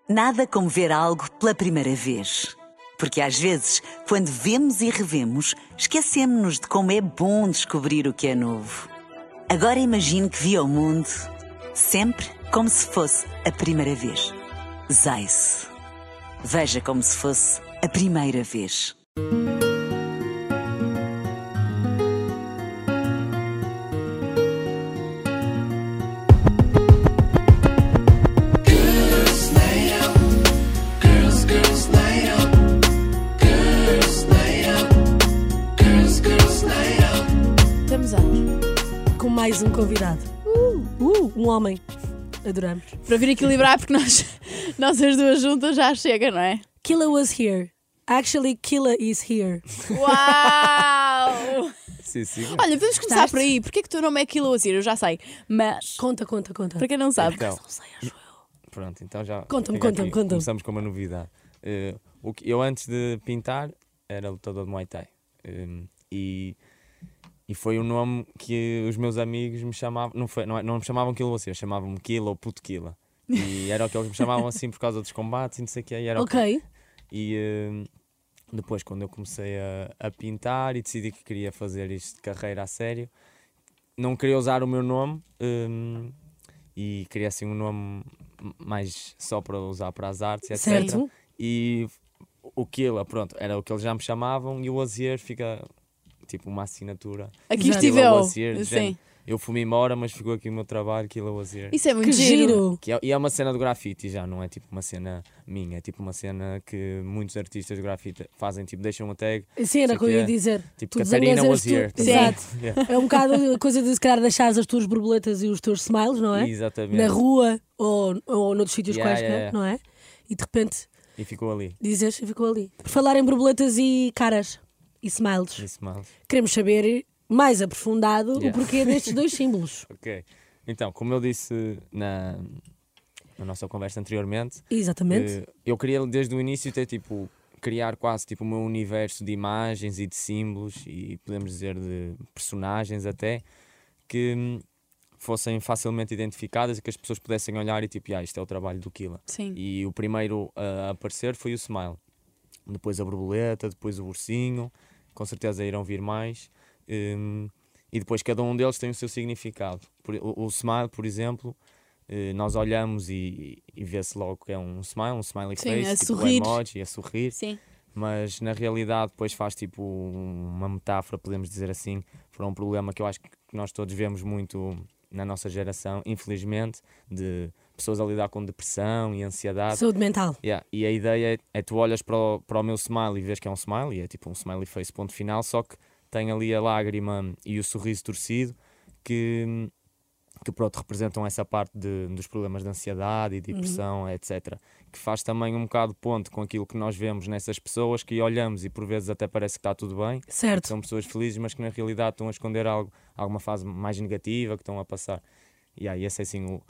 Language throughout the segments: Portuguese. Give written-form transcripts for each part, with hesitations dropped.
Nada como ver algo pela primeira vez. Porque às vezes, quando vemos e revemos, esquecemos-nos de como é bom descobrir o que é novo. Agora imagine que viu o mundo sempre como se fosse a primeira vez. Zais. Veja como se fosse a primeira vez. Mais um convidado. Um homem. Adoramos. Para vir equilibrar, porque nós as duas juntas já chega, não é? Killa was here. Actually, Killa is here. Uau! Sim. Olha, vamos começar por aí. Porquê que o teu nome é Killa was here? Eu já sei. Mas. Conta. Para quem não sabe. Então, não sei, acho eu. Pronto, então já. Conta-me. Começamos com uma novidade. Eu antes de pintar era lutador de Muay Thai. E foi o nome que os meus amigos me chamavam, não me chamavam Killa was here, chamavam-me Killa ou Puto Killa. E era o que eles me chamavam assim por causa dos combates e não sei o que. Ok. E depois, quando eu comecei a pintar e decidi que queria fazer isto de carreira a sério, não queria usar o meu nome e queria assim um nome mais só para usar para as artes, etc. Certo. E o Killa, pronto, era o que eles já me chamavam e o was here fica tipo uma assinatura. Aqui Killa estive eu. was here, Sim. Eu fui-me embora, mas ficou aqui o meu trabalho, Killa was here. Isso é muito Que giro. giro. E é uma cena do grafite já, não é tipo uma cena minha, é tipo uma cena que muitos artistas de grafite fazem, tipo deixam uma tag. Sim, era o que eu ia dizer. Tipo, Tu Catarina desenhas was here. Sim. Exato. Yeah. É um bocado a coisa de se calhar deixares as tuas borboletas e os teus smiles, não é? Exatamente. Na rua ou noutros sítios quaisquer, yeah. não é? E de repente E ficou ali. dizes e ficou ali. Por falar em borboletas e caras e smiles, Isso mal. queremos saber mais aprofundado o porquê destes dois símbolos. Ok. Então, como eu disse na nossa conversa anteriormente, Exatamente. eu queria desde o início ter criar quase tipo o meu universo de imagens e de símbolos e podemos dizer de personagens até que fossem facilmente identificadas e que as pessoas pudessem olhar e tipo, isto é o trabalho do Killa. Sim. E o primeiro a aparecer foi o Smile. Depois a borboleta, depois o ursinho, com certeza irão vir mais. E depois cada um deles tem o seu significado. O Smile, por exemplo, nós olhamos e vê-se logo que é um smiley Sim, face, a tipo sorrir. emoji, a sorrir. Sim. Mas na realidade depois faz tipo uma metáfora, podemos dizer assim, para um problema que eu acho que nós todos vemos muito na nossa geração, infelizmente, de pessoas a lidar com depressão e ansiedade. Saúde mental. Yeah. E a ideia é tu olhas para o meu smile e vês que é um smile, e é tipo um smiley face ponto final, só que tem ali a lágrima e o sorriso torcido que pronto, representam essa parte dos problemas de ansiedade e depressão, etc. Que faz também um bocado ponto com aquilo que nós vemos nessas pessoas que olhamos e por vezes até parece que está tudo bem. Certo. São pessoas felizes, mas que na realidade estão a esconder alguma fase mais negativa que estão a passar. E aí esse é assim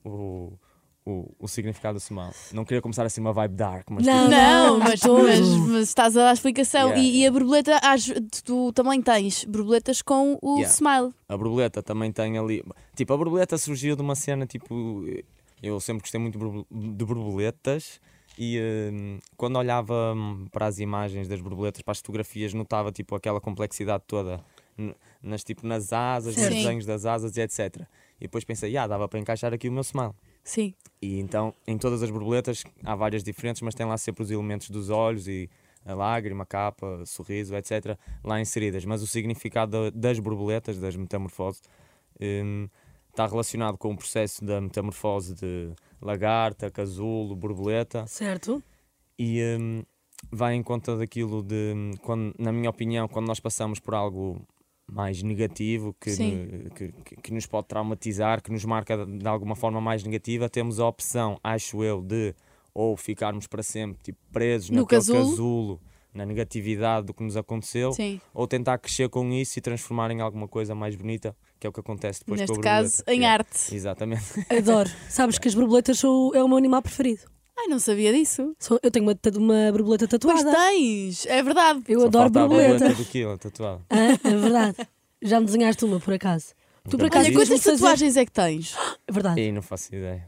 o significado do smile. Não queria começar assim uma vibe dark, mas Não, mas estás a dar a explicação. Yeah. E a borboleta, tu também tens borboletas com o Yeah. smile. a borboleta também tem ali. Tipo, a borboleta surgiu de uma cena tipo. Eu sempre gostei muito de borboletas e quando olhava para as imagens das borboletas, para as fotografias, notava tipo aquela complexidade toda nas asas, nos Sim. desenhos das asas e etc. E depois pensei, dava para encaixar aqui o meu smile. Sim. E então, em todas as borboletas, há várias diferentes, mas tem lá sempre os elementos dos olhos e a lágrima, a capa, o sorriso, etc. lá inseridas. Mas o significado das borboletas, das metamorfoses, está relacionado com o processo da metamorfose de lagarta, casulo, borboleta. Certo. E vai em conta daquilo de, na minha opinião, quando nós passamos por algo mais negativo, que nos pode traumatizar, que nos marca de alguma forma mais negativa, temos a opção, acho eu, de ou ficarmos para sempre tipo, presos No naquele casulo. casulo, na negatividade do que nos aconteceu, Sim. ou tentar crescer com isso e transformar em alguma coisa mais bonita, que é o que acontece depois Neste com a borboleta. caso, em arte. Exatamente. Adoro. Sabes que as borboletas é o meu animal preferido. Ai, não sabia disso. Eu tenho uma borboleta Pois tatuada. tens, é verdade. Eu Só adoro falta a borboletas. do Killa tatuada. É verdade. Já me desenhaste uma, por acaso. Tu por Nunca acaso Olha, vi. quantas quis-me fazer... tatuagens é que tens? É verdade. E não faço ideia.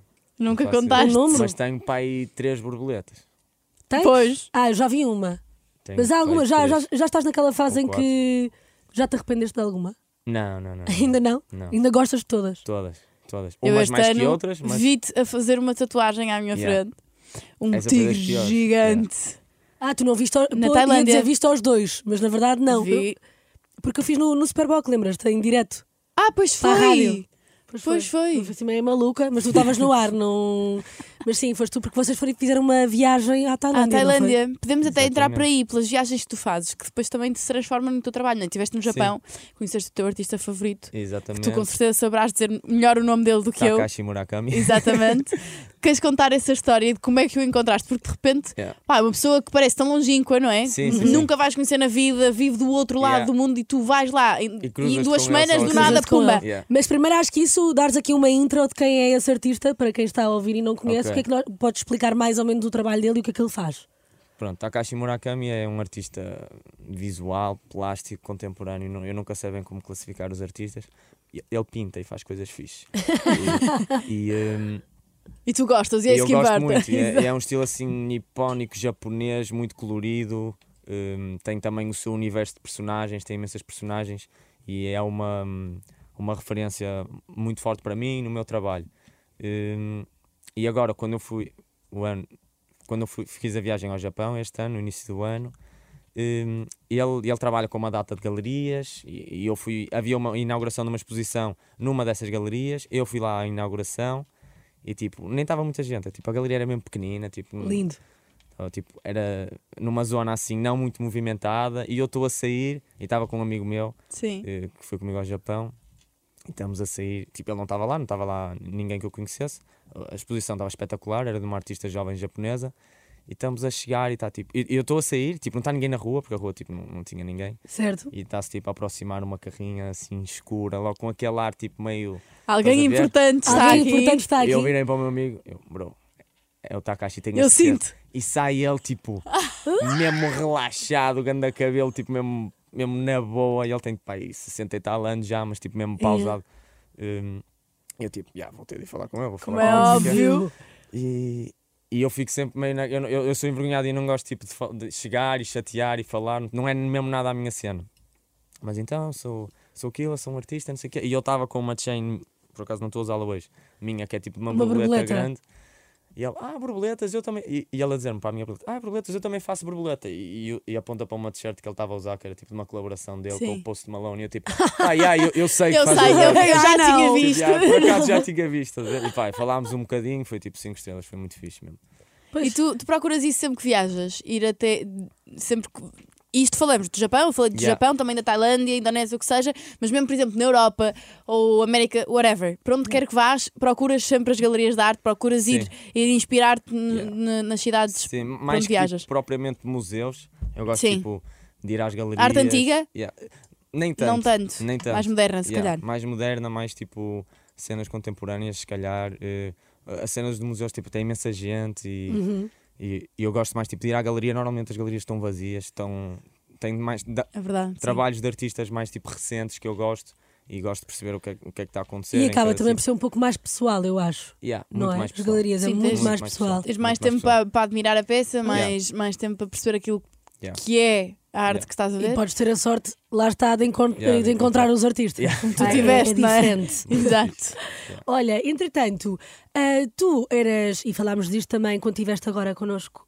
Nunca Não faço contaste. ideia. Um número? Mas tenho para aí 3 borboletas. Tens? Pois. Eu já vi uma. Tenho Mas há para aí alguma, três. já estás naquela fase Ou em que já te arrependeste de alguma? Não. Ainda não? Não. Ainda gostas de todas? Todas. Eu Umas este mais que ano outras, mas vi-te a fazer uma tatuagem à minha Yeah. frente. Um Essa foi das tigre piores. gigante. Tu não viste, Na ia Tailândia. dizer viste aos dois, mas na verdade não. Vi. Porque eu fiz no Superboc, lembras-te, em direto. Pois Para a foi. rádio. Pois foi. Eu fui assim meio maluca, mas tu estavas no ar, não. Mas sim, foste tu, porque vocês fizeram uma viagem à Tailândia. À Tailândia. Podemos até entrar Exatamente. por aí, pelas viagens que tu fazes, que depois também se transformam no teu trabalho. Não é? Estiveste no Japão, conheceste o teu artista favorito, que exatamente. tu com certeza saberás dizer melhor o nome dele do que eu. Takashi Murakami. Exatamente. Queres contar essa história de como é que o encontraste? Porque de repente, Yeah. é uma pessoa que parece tão longínqua, não é? Sim, sim, Nunca vais conhecer na vida, vive do outro lado Yeah. do mundo e tu vais lá e cruzas-te em 2 com ele semanas só do assim. nada, Cruzas-te com pumba. ele. Yeah. Mas primeiro acho que isso, dares aqui uma intro de quem é esse artista, para quem está a ouvir e não conhece, Ok. o que é que podes explicar mais ou menos o trabalho dele e o que é que ele faz? Pronto, Takashi Murakami é um artista visual, plástico, contemporâneo. Eu nunca sei bem como classificar os artistas. Ele pinta e faz coisas fixes. E tu gostas, e é E isso eu que gosto importa. muito. É um estilo assim nipónico, japonês, muito colorido. Tem também o seu universo de personagens, tem imensas personagens e é uma referência muito forte para mim no meu trabalho. E agora, quando eu fiz a viagem ao Japão este ano, no início do ano, ele trabalha com uma data de galerias e havia uma inauguração de uma exposição numa dessas galerias. Eu fui lá à inauguração e tipo, nem estava muita gente, tipo, a galeria era mesmo pequenina, tipo, Lindo. tipo, era numa zona assim não muito movimentada e eu estou a sair e estava com um amigo meu Sim. que foi comigo ao Japão e estamos a sair, tipo, ele não estava lá ninguém que eu conhecesse, a exposição estava espetacular, era de uma artista jovem japonesa e estamos a chegar e está tipo, eu estou a sair, tipo, não está ninguém na rua, porque a rua tipo, não tinha ninguém Certo? e está-se tipo a aproximar uma carrinha assim escura, logo com aquele ar tipo meio... Alguém Estás a ver? importante está Alguém aqui. importante está aqui. Eu virei para o meu amigo, bro, é o Takashi, tenho Eu a certeza. sinto. E sai ele tipo, mesmo relaxado, ganda cabelo, tipo mesmo na boa. E ele tem pá, aí 60 e tal anos já, mas tipo mesmo pausado. Eu tipo, vou ter de ir falar com ele, vou Como falar é com ele. óbvio. E eu fico sempre meio. Eu sou envergonhado e não gosto tipo, de chegar e chatear e falar, não é mesmo nada a minha cena. Mas então, sou aquilo, sou um artista, não sei o quê. E eu estava com uma chain, por acaso não estou a usá-la hoje, minha, que é tipo uma borboleta grande. E ele, borboletas, eu também. E ele a dizer-me para a minha borboleta, borboletas, eu também faço borboleta. E aponta para uma t-shirt que ele estava a usar, que era tipo uma colaboração dele Sim. com o Post Malone. E eu tipo, eu sei que Eu faz sei, eu borboleta. já não. tinha Tipo, visto. por acaso já tinha visto. E pá, falámos um bocadinho, foi tipo 5 estrelas, foi muito fixe mesmo. E tu procuras isso sempre que viajas? Ir até. Sempre que. Isto falamos do Japão, eu falei do Yeah. Japão, também da Tailândia, Indonésia, o que seja, mas mesmo, por exemplo, na Europa ou América, whatever, para onde quer que vás, procuras sempre as galerias de arte, procuras ir inspirar-te nas cidades Sim, para mais onde que viajas. tipo, propriamente museus, eu gosto Sim. tipo, de ir às galerias. Arte antiga? Yeah. Nem tanto. Não tanto. Nem tanto. Mais moderna, se calhar. Mais moderna, mais tipo cenas contemporâneas, se calhar. As cenas de museus tipo, tem imensa gente e eu gosto mais tipo, de ir à galeria. Normalmente as galerias estão vazias, tem mais É verdade. sim. trabalhos de artistas mais tipo recentes que eu gosto e gosto de perceber o que é que está a acontecer. E em acaba cada também por sítio. ser um pouco mais pessoal, eu acho. Muito Não é? mais As pessoal. galerias é Sim, muito tens- mais pessoal. Tens mais Muito mais tempo pessoal. para admirar a peça, mais tempo para perceber aquilo que é a arte que estás a ver. E podes ter a sorte, lá está, de Yeah, de encontrar os artistas. Como tu tiveste, não é? diferente. Exato. Olha, entretanto, tu eras, e falámos disto também quando estiveste agora connosco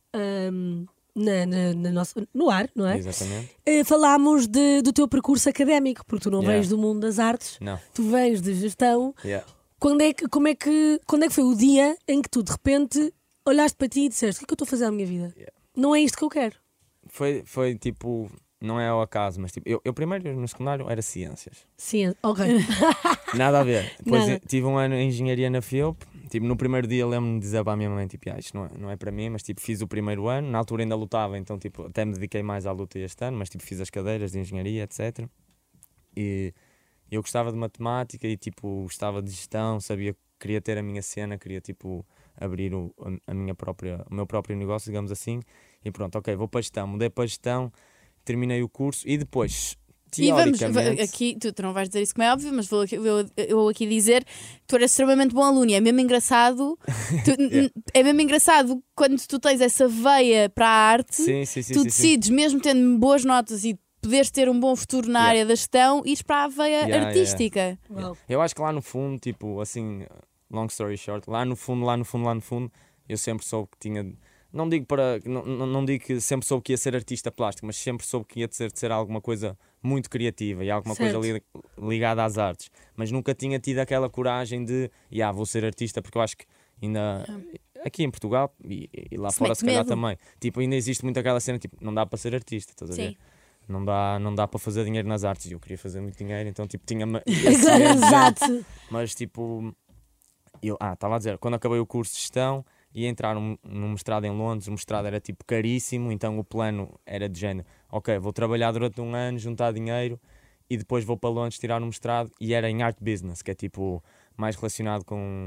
no ar, não é? Exatamente. Falámos do teu percurso académico, porque tu não Yeah. vens do mundo das artes, Não. tu vens de gestão. Yeah. Quando é que foi o dia em que tu de repente olhaste para ti e disseste: o que é que eu estou a fazer à minha vida? Yeah. Não é isto que eu quero. Foi tipo, não é ao acaso, mas tipo, eu primeiro no secundário era ciências. Sim, ok. Nada a ver. Depois Nada. tive um ano em engenharia na FIOP. Tipo, no primeiro dia lembro-me de dizer para a minha mãe, tipo, isto não é para mim, mas tipo, fiz o primeiro ano. Na altura ainda lutava, então tipo, até me dediquei mais à luta este ano, mas tipo, fiz as cadeiras de engenharia, etc. E eu gostava de matemática e tipo, gostava de gestão, sabia que queria ter a minha cena, queria tipo, abrir o meu próprio negócio, digamos assim. E pronto, ok, vou para a gestão, mudei para a gestão, terminei o curso e depois E vamos, teoricamente... aqui, tu não vais dizer isso como é óbvio, mas vou aqui dizer que tu eras extremamente bom aluno e é mesmo engraçado. É mesmo engraçado quando tu tens essa veia para a arte, tu decides, mesmo tendo boas notas e poderes ter um bom futuro na área da gestão, ires para a veia artística. Eu acho que lá no fundo, tipo, assim, long story short, lá no fundo, eu sempre soube que tinha... Não digo que sempre soube que ia ser artista plástico, mas sempre soube que ia de ser alguma coisa muito criativa e alguma coisa ligada às artes. Mas nunca tinha tido aquela coragem de, vou ser artista, porque eu acho que ainda aqui em Portugal e lá fora se calhar também, tipo, ainda existe muito aquela cena, tipo, não dá para ser artista, estás a ver? Não dá para fazer dinheiro nas artes. E eu queria fazer muito dinheiro, então tipo, tinha Exato. mas tipo, eu estava a dizer, quando acabei o curso de gestão, ia entrar num mestrado em Londres. O mestrado era tipo caríssimo, então o plano era de género: ok, vou trabalhar durante um ano, juntar dinheiro e depois vou para Londres tirar um mestrado. E era em Art Business, que é tipo mais relacionado com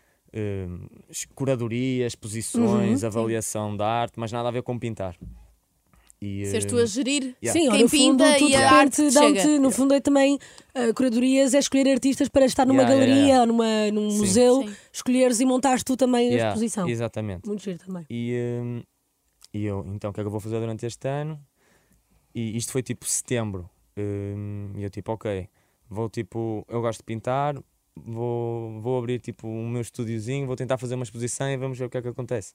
curadoria, exposições, avaliação da arte, mas nada a ver com pintar. Seres tu a gerir Sim, quem no pinta fundo, e a arte chega. No fundo é também curadorias, é escolher artistas para estar numa galeria ou num museu, escolheres e montares tu também a exposição. Exatamente. Muito giro também. E eu, então, o que é que eu vou fazer durante este ano? E isto foi tipo setembro. E eu tipo, ok, eu gosto de pintar, vou abrir tipo o meu estúdiozinho, vou tentar fazer uma exposição e vamos ver o que é que acontece.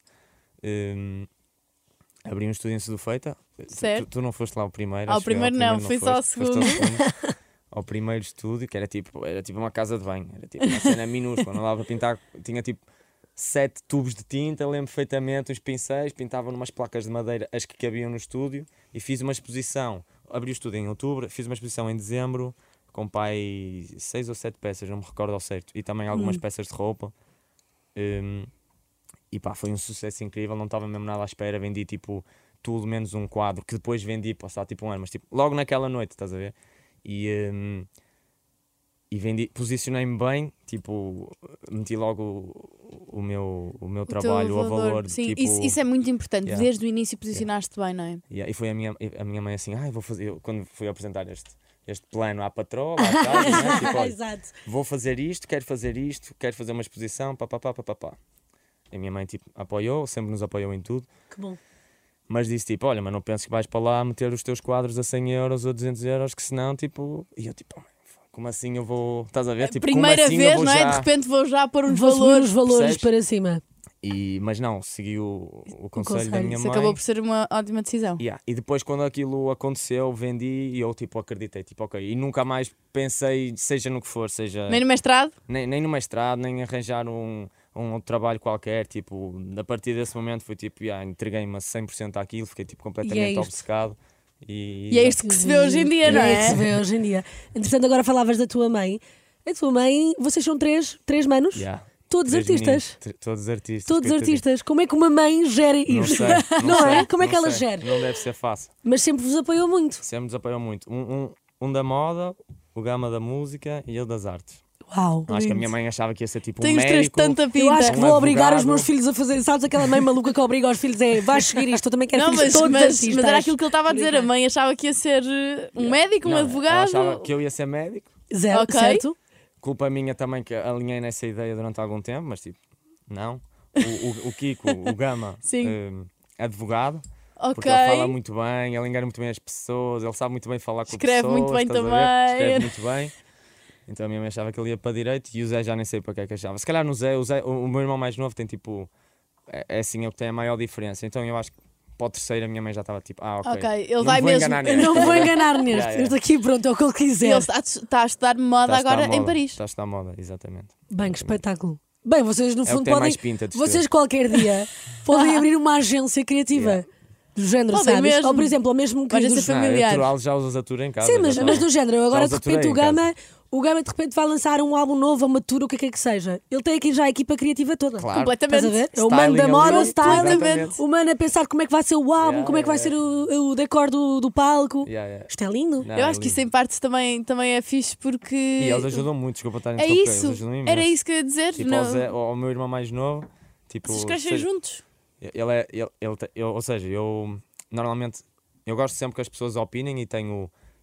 Abri um estúdio em Sedufeita. Tu não foste lá o primeiro? Ao primeiro não, fui só ao segundo. Ao primeiro estúdio, que era tipo uma casa de banho, era tipo uma cena minúscula, não dava para pintar, tinha tipo 7 tubos de tinta, lembro perfeitamente, os pincéis, pintava numas placas de madeira as que cabiam no estúdio e fiz uma exposição. Abri o estúdio em outubro, fiz uma exposição em dezembro, com 6 ou 7 peças, não me recordo ao certo, e também algumas peças de roupa. E pá, foi um sucesso incrível, não estava mesmo nada à espera, vendi tipo tudo menos um quadro, que depois vendi, passado tipo um ano, mas tipo, logo naquela noite, estás a ver? E vendi, posicionei-me bem, tipo, meti logo o meu trabalho, o valor. Sim, tipo, isso é muito importante, desde o início posicionaste bem, não é? E foi a minha mãe assim, vou fazer, quando fui apresentar este plano à patroa, lá atrás, né? Tipo, olha, Exato. vou fazer isto, quero fazer uma exposição, papapá. A minha mãe tipo, apoiou, sempre nos apoiou em tudo. Que bom. Mas disse tipo, olha, mas não penses que vais para lá meter os teus quadros a 100 euros ou 200 euros, que senão tipo... E eu tipo, como assim eu vou... Estás a ver? Tipo, primeira como assim vez, eu vou não é? já... De repente vou já pôr uns Vou subir valores. os valores percebes? para cima. Mas não, segui o conselho da minha Isso mãe. acabou por ser uma ótima decisão. E depois quando aquilo aconteceu, vendi e eu tipo acreditei, tipo ok. E nunca mais pensei, seja no que for, seja... Nem no mestrado? Nem no mestrado, nem arranjar um outro trabalho qualquer, tipo, a partir desse momento foi tipo, entreguei-me a 100% àquilo, fiquei tipo completamente obcecado. E é isto que se vê hoje em dia, não é? É que se vê hoje em dia. Entretanto, agora falavas da tua mãe. A tua mãe, vocês são três manos? Todos 3 artistas. Meninos, todos artistas. Todos artistas. Como é que uma mãe gera isto? Não sei, é? Como é que ela sei. gera? Não deve ser fácil. Mas sempre vos apoiou muito. Sempre nos apoiou muito. Um da moda, o Gama da música e eu das artes. Uau. Acho que a minha mãe achava que ia ser tipo Tem um os três médico. tanta pinta. Eu acho que Um vou obrigar os advogado. meus filhos a fazer. Sabes aquela mãe maluca que obriga os filhos vais seguir isto? Eu também quero Não, filhos mas, todos mas artistas. era aquilo que ele estava a dizer. A mãe achava que ia ser um médico, um Não, ela advogado. achava que eu ia ser médico. Ok. Certo? Culpa minha também que alinhei nessa ideia durante algum tempo, mas tipo, não. O Kiko, o Gama, Sim. advogado. Ok. Porque ele fala muito bem, ele engana muito bem as pessoas, ele sabe muito bem falar com Escreve pessoas. muito bem estás a ver? também. Escreve muito bem. Então a minha mãe achava que ele ia para direito e o Zé já nem sei para que é que achava. Se calhar no Zé, o meu irmão mais novo tem tipo. É assim, é o que tem a maior diferença. Então eu acho que para o terceiro a minha mãe já estava tipo, ok. Ele não vai vou mesmo. enganar neste. Não vou enganar neste. Yeah. Este aqui, pronto, é o que ele E quiser. ele está a estudar moda Está a agora estudar em moda. Paris. Está a estudar moda, exatamente. Bem, que espetáculo. Bem, vocês no É o fundo que tem podem. mais pinta de Vocês ser. qualquer dia podem abrir uma agência criativa. Yeah. Do género, Podem sabes? mesmo. Ou por exemplo, ou mesmo que. Uma agência dos- Não, é familiar. natural, já usas a tour em casa. Sim, já mas está. do género, eu agora Já de os aturei repente em casa. o Gama de repente vai lançar um álbum novo, uma tour, o que é que seja. Ele tem aqui já a equipa criativa toda. Claro. Completamente. Estás a ver? É o Styling mano da ali, moda, o exatamente. styling, o mano a pensar como é que vai ser o álbum, Yeah, como é que vai ser o decor do palco. Yeah. Isto é lindo. Não, Eu é acho que isso lindo. em parte também é fixe porque. E eles ajudam muito, desculpa estar a É interromper, isso. eles ajudam imenso. Era isso que eu ia dizer. Tipo, ao meu irmão mais novo, tipo, Vocês crescem seja- juntos. ou seja, eu normalmente eu gosto sempre que as pessoas opinem e tenho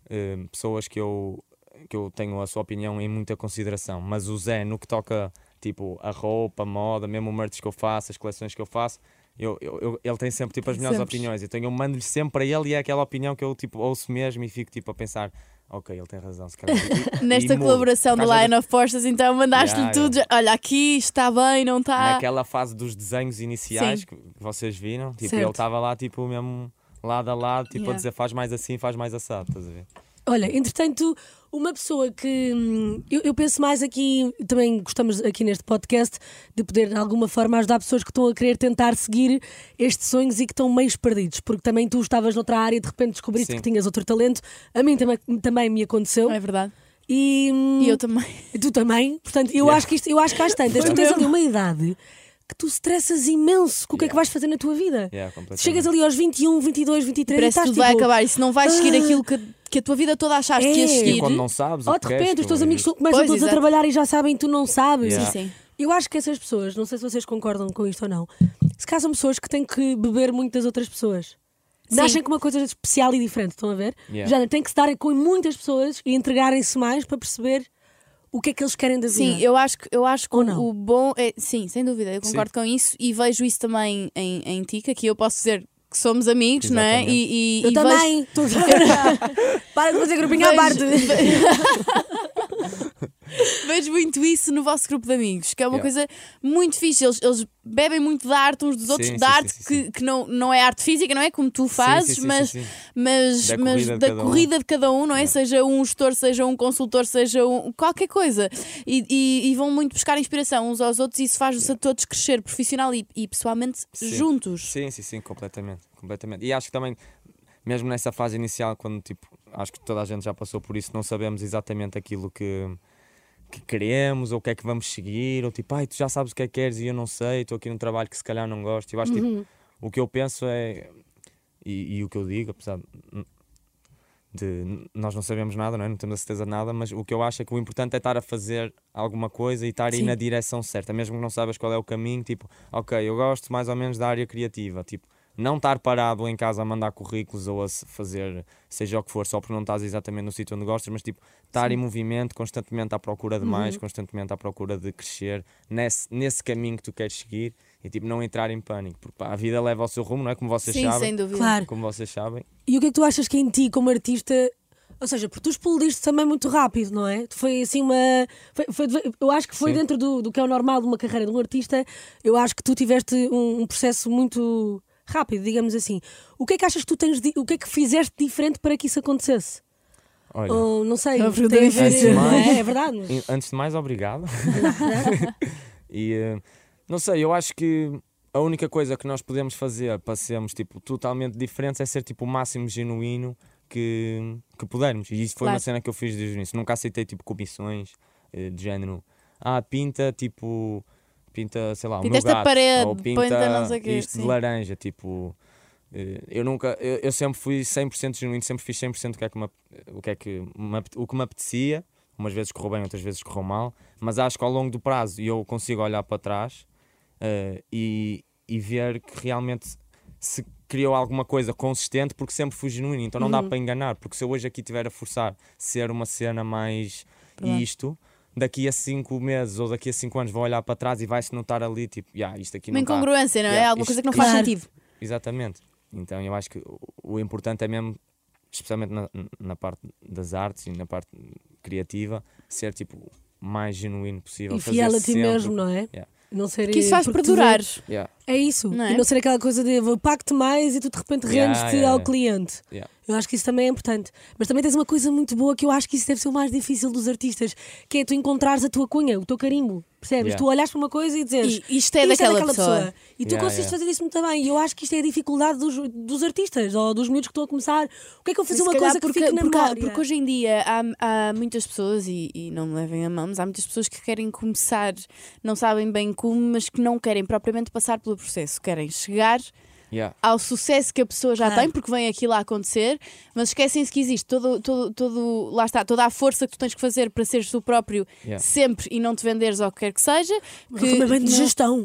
pessoas que eu tenho a sua opinião em muita consideração, mas o Zé, no que toca tipo a roupa, a moda, mesmo o merch que eu faço, as coleções que eu faço, ele tem sempre tipo as melhores opiniões, então eu mando-lhe sempre para ele e é aquela opinião que eu tipo ouço mesmo e fico tipo a pensar, ok, ele tem razão, se calhar. Nesta colaboração do Lion of Forces, então mandaste-lhe tudo. Olha, aqui está bem, não está. Naquela fase dos desenhos iniciais que vocês viram, tipo, ele estava lá tipo mesmo lado a lado, tipo a dizer faz mais assim, faz mais assado, estás a ver? Olha, entretanto, uma pessoa que eu penso mais aqui, também gostamos aqui neste podcast de poder de alguma forma ajudar pessoas que estão a querer tentar seguir estes sonhos e que estão meio perdidos, porque também tu estavas noutra área e de repente descobriste que tinhas outro talento. A mim também me aconteceu. É verdade. E eu também. Tu também. Portanto, eu acho que às tantas, tu tens ali uma idade que tu estressas imenso com o que é que vais fazer na tua vida. Chegas ali aos 21, 22, 23 parece que tudo vai acabar e se não vais seguir aquilo que a tua vida toda achaste que ias seguir. E quando não sabes, de repente os teus amigos começam todos a trabalhar e já sabem tu não sabes. Sim. Eu acho que essas pessoas, não sei se vocês concordam com isto ou não, se calhar são pessoas que têm que beber muito das outras pessoas. Nascem com uma coisa especial e diferente, estão a ver? Já têm que se dar com muitas pessoas e entregarem-se mais para perceber o que é que eles querem da vida. Sim, eu acho que o bom é, sim, sem dúvida, eu concordo com isso e vejo isso também em ti, que aqui eu posso dizer que somos amigos, não é? Eu também. Para de fazer grupinho à parte. Vejo muito isso no vosso grupo de amigos, que é uma coisa muito fixe. Eles bebem muito da arte uns dos outros, da arte que não é arte física, não é? Como tu fazes, mas da corrida de cada um, não é? Seja um gestor, seja um consultor, seja qualquer coisa. E vão muito buscar inspiração uns aos outros e isso faz-os a todos crescer profissional e pessoalmente juntos. Sim, completamente. E acho que também, mesmo nessa fase inicial, quando tipo, acho que toda a gente já passou por isso, não sabemos exatamente aquilo que queremos ou o que é que vamos seguir, ou tipo, tu já sabes o que é que queres e eu não sei, estou aqui num trabalho que se calhar não gosto. Eu acho que tipo, o que eu penso é, e o que eu digo, apesar de nós não sabemos nada, não temos a certeza de nada, mas o que eu acho é que o importante é estar a fazer alguma coisa e estar aí na direção certa, mesmo que não sabes qual é o caminho, tipo, ok, eu gosto mais ou menos da área criativa, tipo, não estar parado em casa a mandar currículos ou a fazer seja o que for, só porque não estás exatamente no sítio onde gostas, mas tipo, estar em movimento, constantemente à procura de mais, constantemente à procura de crescer nesse caminho que tu queres seguir e tipo, não entrar em pânico, porque a vida leva ao seu rumo, não é? Como vocês sabem. Sem dúvida. Claro. Como vocês sabem. E o que é que tu achas que em ti, como artista, ou seja, porque tu explodiste também muito rápido, não é? Foi assim eu acho que foi dentro do que é o normal de uma carreira de um artista, eu acho que tu tiveste um processo muito rápido, digamos assim. O que é que achas que o que é que fizeste diferente para que isso acontecesse? Olha, ou, não sei, tem a ver, é verdade. Mas... Antes de mais, obrigado. E não sei, eu acho que a única coisa que nós podemos fazer para sermos tipo, totalmente diferentes é ser tipo, o máximo genuíno que pudermos. E isso foi uma cena que eu fiz desde o início. Nunca aceitei tipo, comissões de género. Pinta tipo... Pinta, sei lá, o meu gato, parede, ou pinta não sei quê, isto de laranja, tipo, eu sempre fui 100% genuíno, sempre fiz 100% o que me apetecia, umas vezes correu bem, outras vezes correu mal, mas acho que ao longo do prazo eu consigo olhar para trás e ver que realmente se criou alguma coisa consistente porque sempre fui genuíno, então não dá para enganar, porque se eu hoje aqui estiver a forçar ser uma cena mais isto... Daqui a 5 meses ou daqui a 5 anos vou olhar para trás e vai-se notar ali, tipo, isto aqui não está... Uma incongruência, não é? Alguma coisa que não faz sentido. Exatamente. Então eu acho que o importante é mesmo, especialmente na parte das artes e na parte criativa, ser tipo o mais genuíno possível. E fiel a ti mesmo, não é? Não ser, que isso faz perdurar. É isso. Não é? E não ser aquela coisa de eu pago-te mais e tu de repente rendes-te ao cliente. Eu acho que isso também é importante. Mas também tens uma coisa muito boa que eu acho que isso deve ser o mais difícil dos artistas, que é tu encontrares a tua cunha, o teu carimbo. Percebes? Tu olhas para uma coisa e dizes isto é daquela pessoa. E tu consegues fazer isso muito bem. E eu acho que isto é a dificuldade dos artistas ou dos miúdos que estão a começar. O que é que eu fazer uma coisa que fique na memória? Porque hoje em dia há muitas pessoas, e não me levem a mão, mas há muitas pessoas que querem começar, não sabem bem como, mas que não querem propriamente passar pelo processo. Querem chegar ao sucesso que a pessoa já tem, porque vem aquilo a acontecer, mas esquecem-se que existe lá está, toda a força que tu tens que fazer para seres tu próprio sempre e não te venderes ao que quer que seja. Mas também vem de gestão.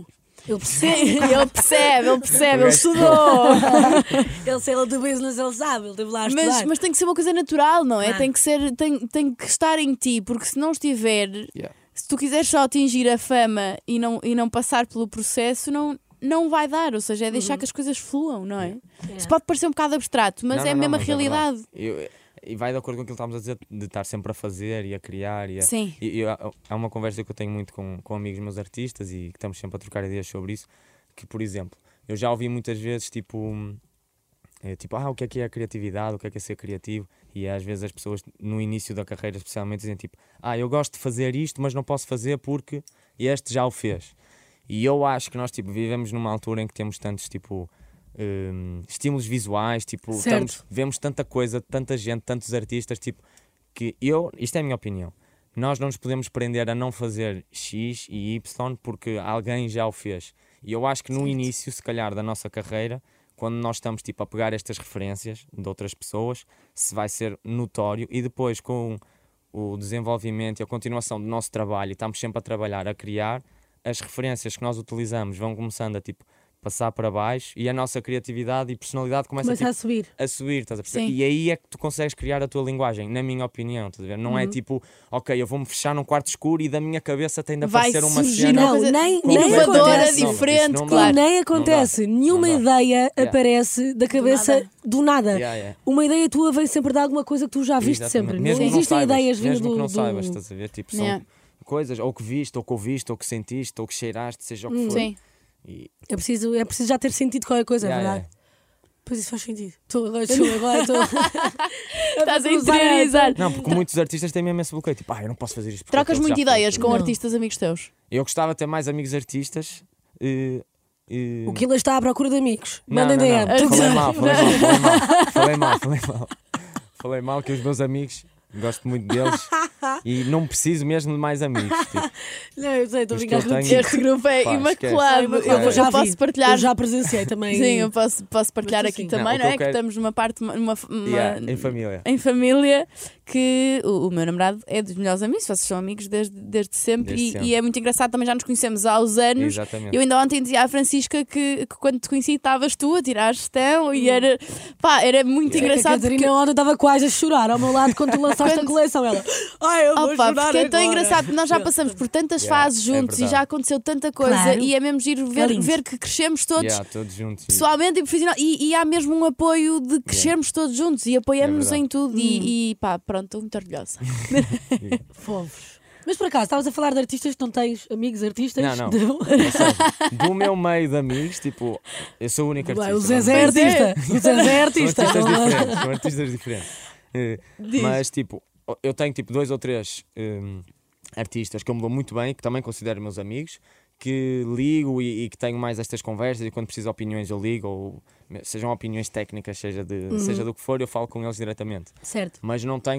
Ele percebe. Ele percebe, ele estudou. Ele sei do business, ele sabe, ele teve lá a estudar. Mas tem que ser uma coisa natural, não é? Tem que estar em ti, porque se não estiver, se tu quiseres só atingir a fama e não passar pelo processo, não vai dar. Ou seja, é deixar que as coisas fluam, não é? Isso pode parecer um bocado abstrato, mas é a mesma realidade. E vai de acordo com aquilo que estávamos a dizer, de estar sempre a fazer e a criar. Sim. Há uma conversa que eu tenho muito com amigos meus artistas e que estamos sempre a trocar ideias sobre isso, que, por exemplo, eu já ouvi muitas vezes, o que é a criatividade, o que é ser criativo, e às vezes as pessoas no início da carreira especialmente dizem eu gosto de fazer isto, mas não posso fazer porque este já o fez. E eu acho que nós vivemos numa altura em que temos tantos estímulos visuais, vemos tanta coisa, tanta gente, tantos artistas, que isto é a minha opinião, nós não nos podemos prender a não fazer X e Y porque alguém já o fez. E eu acho que no início, se calhar, da nossa carreira, quando nós estamos a pegar estas referências de outras pessoas, se vai ser notório, e depois com o desenvolvimento e a continuação do nosso trabalho, e estamos sempre a trabalhar, a criar, as referências que nós utilizamos vão começando a passar para baixo e a nossa criatividade e personalidade começa a subir. Estás a perceber? E aí é que tu consegues criar a tua linguagem, na minha opinião, estás a ver? Não é eu vou-me fechar num quarto escuro e da minha cabeça tem de aparecer uma cena. Não, nem inovadora, acontece. diferente, claro. Nem acontece. Nenhuma ideia aparece da cabeça do nada. Uma ideia tua vem sempre de alguma coisa que tu já viste sempre. Não existem ideias vindo mesmo que não saibas, estás a ver? São coisas, ou que viste, ou que ouviste, ou que sentiste, ou que cheiraste, seja o que for. Sim. É preciso já ter sentido qualquer coisa, é verdade? Pois isso faz sentido. Agora estás a interiorizar. Não, porque muitos artistas têm mesmo esse bloqueio. Eu não posso fazer isto. Trocas muito ideias com artistas amigos teus? Eu gostava de ter mais amigos artistas. O que ele está à procura de amigos. Mandem DM. Falei mal que os meus amigos, gosto muito deles e não preciso mesmo de mais amigos. Não, eu sei, estou a brincar contigo. Este grupo é imaculado. Eu posso partilhar. Eu já presenciei também. Sim, eu posso partilhar aqui também, não é? Que estamos numa parte. Em família. Em família, que o meu namorado é dos melhores amigos, vocês são amigos desde sempre, e é muito engraçado, também já nos conhecemos há uns anos. Exatamente. Eu ainda ontem dizia à Francisca que quando te conheci estavas tu a tirar a gestão e era muito engraçado. A Catarina ontem estava quase a chorar ao meu lado quando tu lançaste a coleção. Ela, eu vou chorar porque é tão agora. engraçado, nós já passamos por tantas fases juntos e já aconteceu tanta coisa, e é mesmo giro ver que crescemos todos, juntos, pessoalmente e profissional, e há mesmo um apoio de crescermos todos juntos e apoiamos-nos em tudo. E pronto, estou muito orgulhosa. Fofos. Mas por acaso, estavas a falar de artistas que não tens amigos artistas? Não. Ou seja, do meu meio de amigos, eu sou o único artista. O Zezé é artista. O Zezé é artista. São artistas diferentes. Mas eu tenho 2 ou 3 artistas que eu me dou muito bem, que também considero meus amigos, que ligo e que tenho mais estas conversas, e quando preciso de opiniões eu ligo, ou sejam opiniões técnicas, seja do que for, eu falo com eles diretamente. Certo. Mas não tenho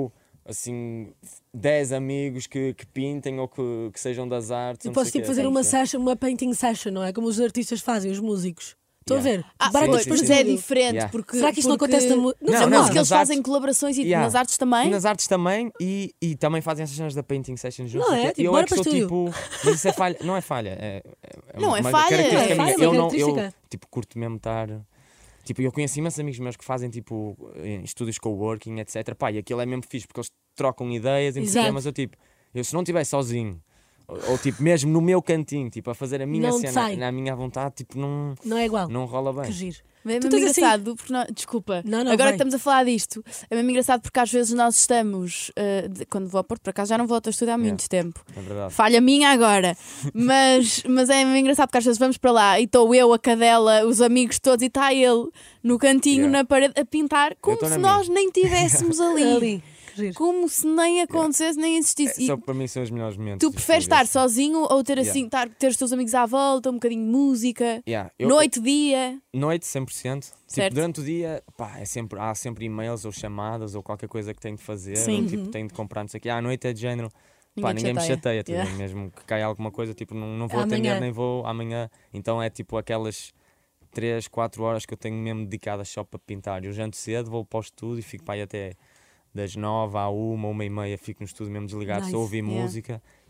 10 amigos que pintem ou que sejam das artes. Eu posso fazer uma painting session, não é? Como os artistas fazem, os músicos. Estou a ver. Mas é diferente. Porque, será que isto não acontece na música? Não, que eles fazem colaborações e nas artes também. E nas artes também, e também fazem essas cenas da painting session juntos. Não é? Eu é que sou mas isso é falha. Não é falha. Não é uma falha. Característica minha. Característica. Eu curto mesmo estar. Eu conheço imensos amigos meus que fazem em estúdios coworking, etc. E aquilo é mesmo fixe, porque eles trocam ideias, mas eu se não estiver sozinho, ou mesmo no meu cantinho, a fazer a minha cena na minha vontade, não é igual. Não rola bem. Que giro. É mesmo engraçado, porque desculpa, agora que estamos a falar disto, é mesmo engraçado porque às vezes nós estamos, quando vou ao Porto, por acaso já não vou ao teu estúdio há muito tempo, é verdade. Falha minha agora, mas é mesmo engraçado porque às vezes vamos para lá e estou eu, a cadela, os amigos todos, e está ele no cantinho, na parede, a pintar, como se nós nem estivéssemos ali. Como se nem acontecesse, nem existisse. Só para mim são os melhores momentos. Tu preferes estar sozinho ou ter ter os teus amigos à volta, um bocadinho de música? Noite, dia? Noite, 100%. Durante o dia, há sempre e-mails ou chamadas ou qualquer coisa que tenho de fazer. Ou tenho de comprar, não sei o quê. À noite é de género. Ninguém me chateia. Mesmo que caia alguma coisa, não vou atender, nem vou amanhã. Então é aquelas 3, 4 horas que eu tenho mesmo dedicadas só para pintar. Eu janto cedo, vou para o estúdio e fico até das 9 à 1, 1h30, fico no estúdio mesmo desligado, só ouvir música.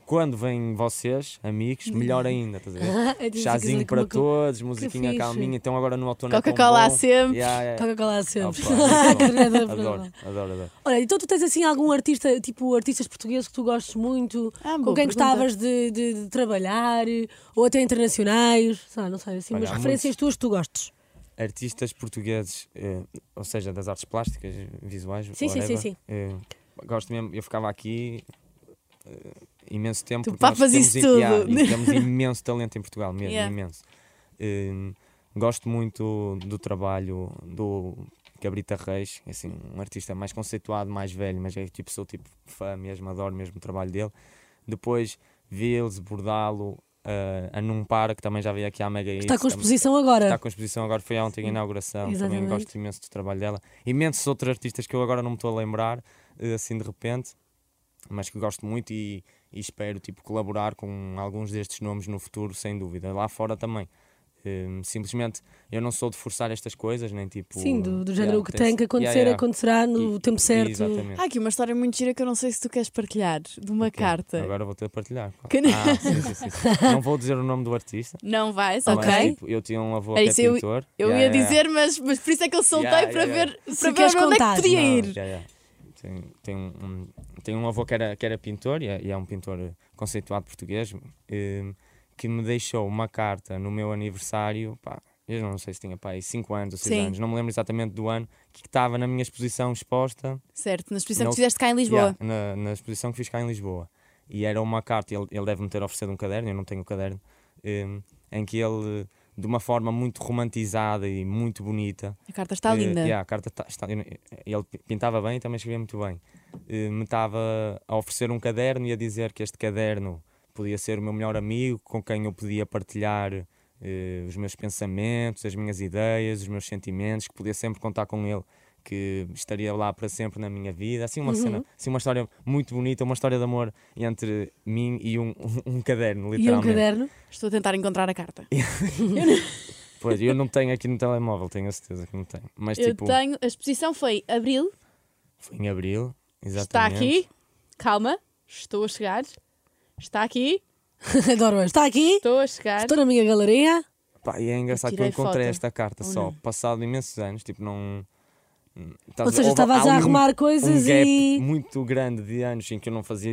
quando vêm vocês, amigos, melhor ainda, estás a ver? Chazinho para todos, musiquinha calminha. Então agora no outono Coca-Cola sempre. Coca-Cola sempre. Adoro. Olha, então tu tens assim algum artista, tipo artistas portugueses que tu gostes muito, com quem gostavas de trabalhar, ou até internacionais, não sei, assim, umas referências tuas que tu gostes. Artistas portugueses, ou seja, das artes plásticas, visuais, sim. Gosto mesmo, eu ficava aqui imenso tempo. Tu papas isso tudo. Temos imenso talento em Portugal, mesmo, imenso. Gosto muito do trabalho do Cabrita Reis, assim, um artista mais conceituado, mais velho, mas sou tipo fã mesmo, adoro mesmo o trabalho dele. Depois, Vils, Bordalo, a Numpara, que também já veio aqui à Mega Hits. Está com exposição agora. Está com exposição agora, foi ontem a inauguração. Exatamente. Também gosto imenso do trabalho dela. Imensos outros artistas que eu agora não me estou a lembrar, assim de repente, mas que gosto muito e espero tipo, colaborar com alguns destes nomes no futuro, sem dúvida. Lá fora também. Simplesmente eu não sou de forçar estas coisas, nem tipo. Sim, do género que tem que acontecer, acontecerá no tempo certo. Exatamente. Há aqui uma história muito gira que eu não sei se tu queres partilhar, de uma carta. Agora vou ter a partilhar. Sim. Não vou dizer o nome do artista. Não vais, mas, ok. Tipo, eu tinha um avô que é pintor. Eu ia dizer, mas por isso é que eu soltei para ver onde é que podia ir. Tem um avô que era pintor e é um pintor conceituado português. Que me deixou uma carta no meu aniversário, eu não sei se tinha 5 anos ou 6 anos, não me lembro exatamente do ano, que estava na minha exposição exposta. Certo, na exposição que fizeste cá em Lisboa. Na exposição que fiz cá em Lisboa. E era uma carta, ele deve-me ter oferecido um caderno, eu não tenho o caderno, em que ele, de uma forma muito romantizada e muito bonita... A carta está linda. A carta está, ele pintava bem e também escrevia muito bem. Me estava a oferecer um caderno e a dizer que este caderno podia ser o meu melhor amigo, com quem eu podia partilhar os meus pensamentos, as minhas ideias, os meus sentimentos, que podia sempre contar com ele, que estaria lá para sempre na minha vida. Assim uma cena, assim uma história muito bonita, uma história de amor entre mim e um caderno, literalmente. E um caderno? Estou a tentar encontrar a carta. Pois, eu não tenho aqui no telemóvel, tenho a certeza que não tenho. Mas, eu tenho, a exposição foi abril. Foi em abril, exatamente. Está aqui, calma, estou a chegar. Está aqui. Adoro, está aqui. Estou a chegar. Estou na minha galeria. E é engraçado que eu encontrei esta carta só passado imensos anos, tipo não... Ou seja, estavas a arrumar coisas um gap muito grande de anos em que eu não fazia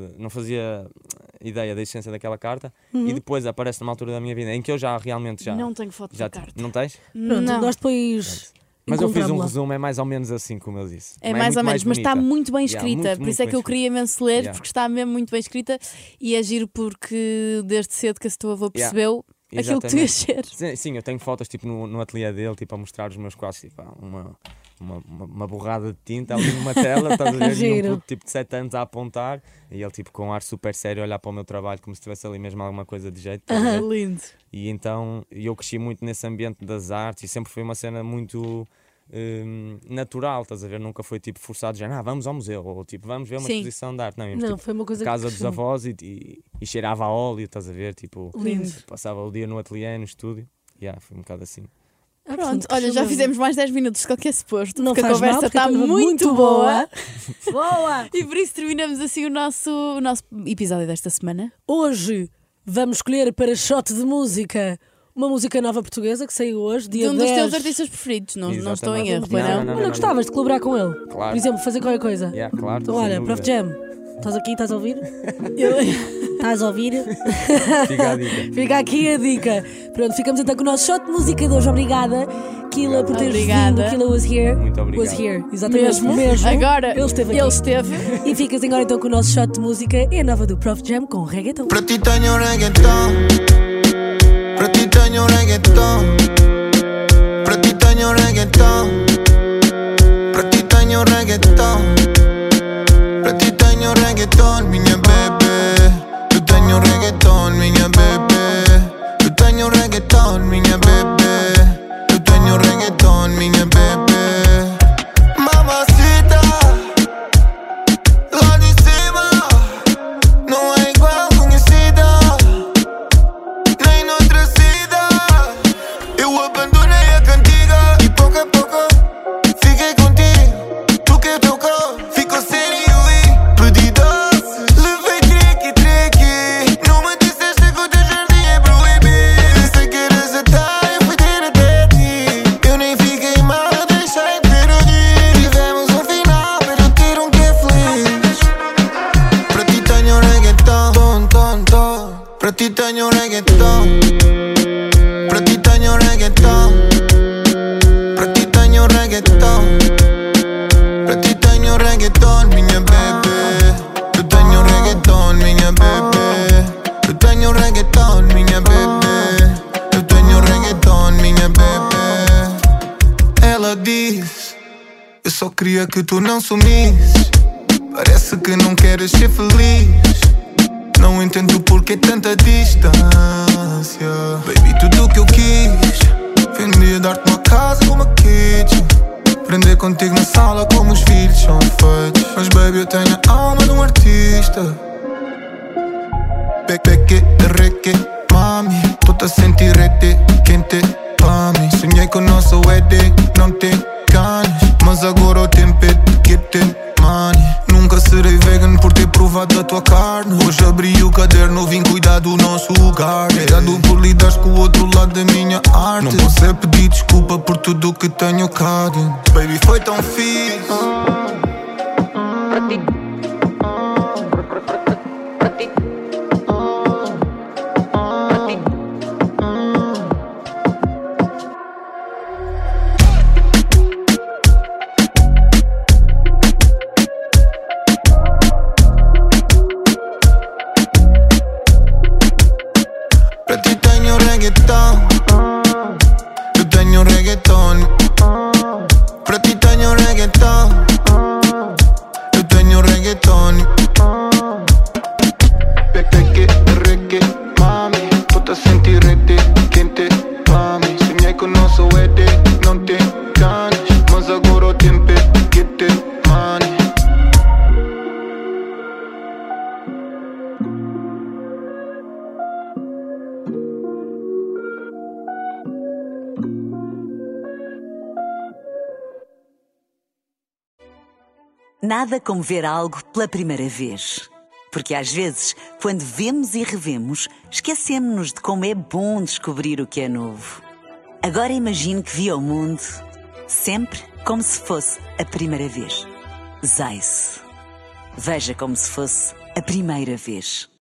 ideia da existência daquela carta e depois aparece numa altura da minha vida em que eu realmente não tenho foto da carta. Não tens? Pronto, nós depois... Mas eu fiz um resumo, é mais ou menos assim como eu disse. É mais ou menos, mas está muito bem escrita. Por isso é que eu queria imenso ler, porque está mesmo muito bem escrita e é giro porque desde cedo que a tua avó percebeu aquilo que tu ias ser. Sim, eu tenho fotos tipo, no ateliê dele, tipo, a mostrar os meus quadros, tipo, uma borrada de tinta ali numa tela, estás a ver? E um puto tipo de 7 anos a apontar e ele tipo com um ar super sério a olhar para o meu trabalho como se tivesse ali mesmo alguma coisa de jeito. Lindo. E então eu cresci muito nesse ambiente das artes e sempre foi uma cena muito natural, estás a ver? Nunca foi tipo forçado, já vamos ao museu ou tipo vamos ver uma exposição de arte. Não, tipo, foi uma coisa casa dos avós e cheirava a óleo, estás a ver? Tipo, lindo. Passava o dia no ateliê, no estúdio. Foi um bocado assim. Pronto, olha, já fizemos mais 10 minutos do que é suposto, não porque a conversa está muito boa. Boa! E por isso terminamos assim o nosso episódio desta semana. Hoje vamos escolher para shot de música uma música nova portuguesa que saiu hoje, dia 10. Um dos teus artistas preferidos, não estou em erro, não? Gostavas de colaborar com ele? Claro. Por exemplo, fazer qualquer coisa? Claro. Então olha, Prof Jam, estás aqui, estás a ouvir? Estás a ouvir? Fica a dica. Fica aqui a dica. Pronto, ficamos então com o nosso shot de música de hoje. Obrigada, Kila, por teres vindo. Kila was here. Muito obrigado. Was here, exatamente. Mesmo. Agora, ele esteve aqui. E ficas agora então com o nosso shot de música. É a nova do Prof Jam com reggaeton. Para ti tenho reggaeton. Para ti tenho reggaeton. Para ti tenho reggaeton. Para ti tenho reggaeton. Para ti tenho reggaeton, minha bebê. Eu tenho reggaeton, minha bebê. Eu tenho reggaeton, minha bebê. Eu tenho reggaeton, minha bebê. Mamacita, lá de cima, não é igual conhecida, nem noutra cidade. Eu abandonei a cantiga e pouco a pouco fiquei contigo. Tu que tocou, ficou sério e pedi doce. Levei tricky, tricky. só queria que tu não sumisses. Parece que não queres ser feliz. Não entendo porquê tanta distância. Baby, tudo o que eu quis foi um dia dar-te uma casa com uma kitchen, aprender contigo na sala como os filhos são feitos. Mas baby, eu tenho a alma de um artista. Peque, reque, mami, tô-te a sentir rete, quente, mami. Sonhei com o nosso wedding, não te ganhas, mas agora o tempo é de que te money. Nunca serei vegan por ter provado da tua carne. Hoje abri o caderno, vim cuidar do nosso lugar. Obrigado por lidares com o outro lado da minha arte. Não posso é pedir desculpa por tudo o que tenho cá dentro. Baby, foi tão fixe. Pra ti tenho reggaeton, eu tenho reggaeton. Pra ti tenho reggaeton, eu tenho reggaeton. Peque, reggae, mami, tô-te a sentir rete, quente, mami. Sonhei com o nosso wedding, não te ganhas, mas agora o tempo é que te money. Nada como ver algo pela primeira vez. Porque às vezes, quando vemos e revemos, esquecemos-nos de como é bom descobrir o que é novo. Agora imagine que viu o mundo sempre como se fosse a primeira vez. Zais. Veja como se fosse a primeira vez.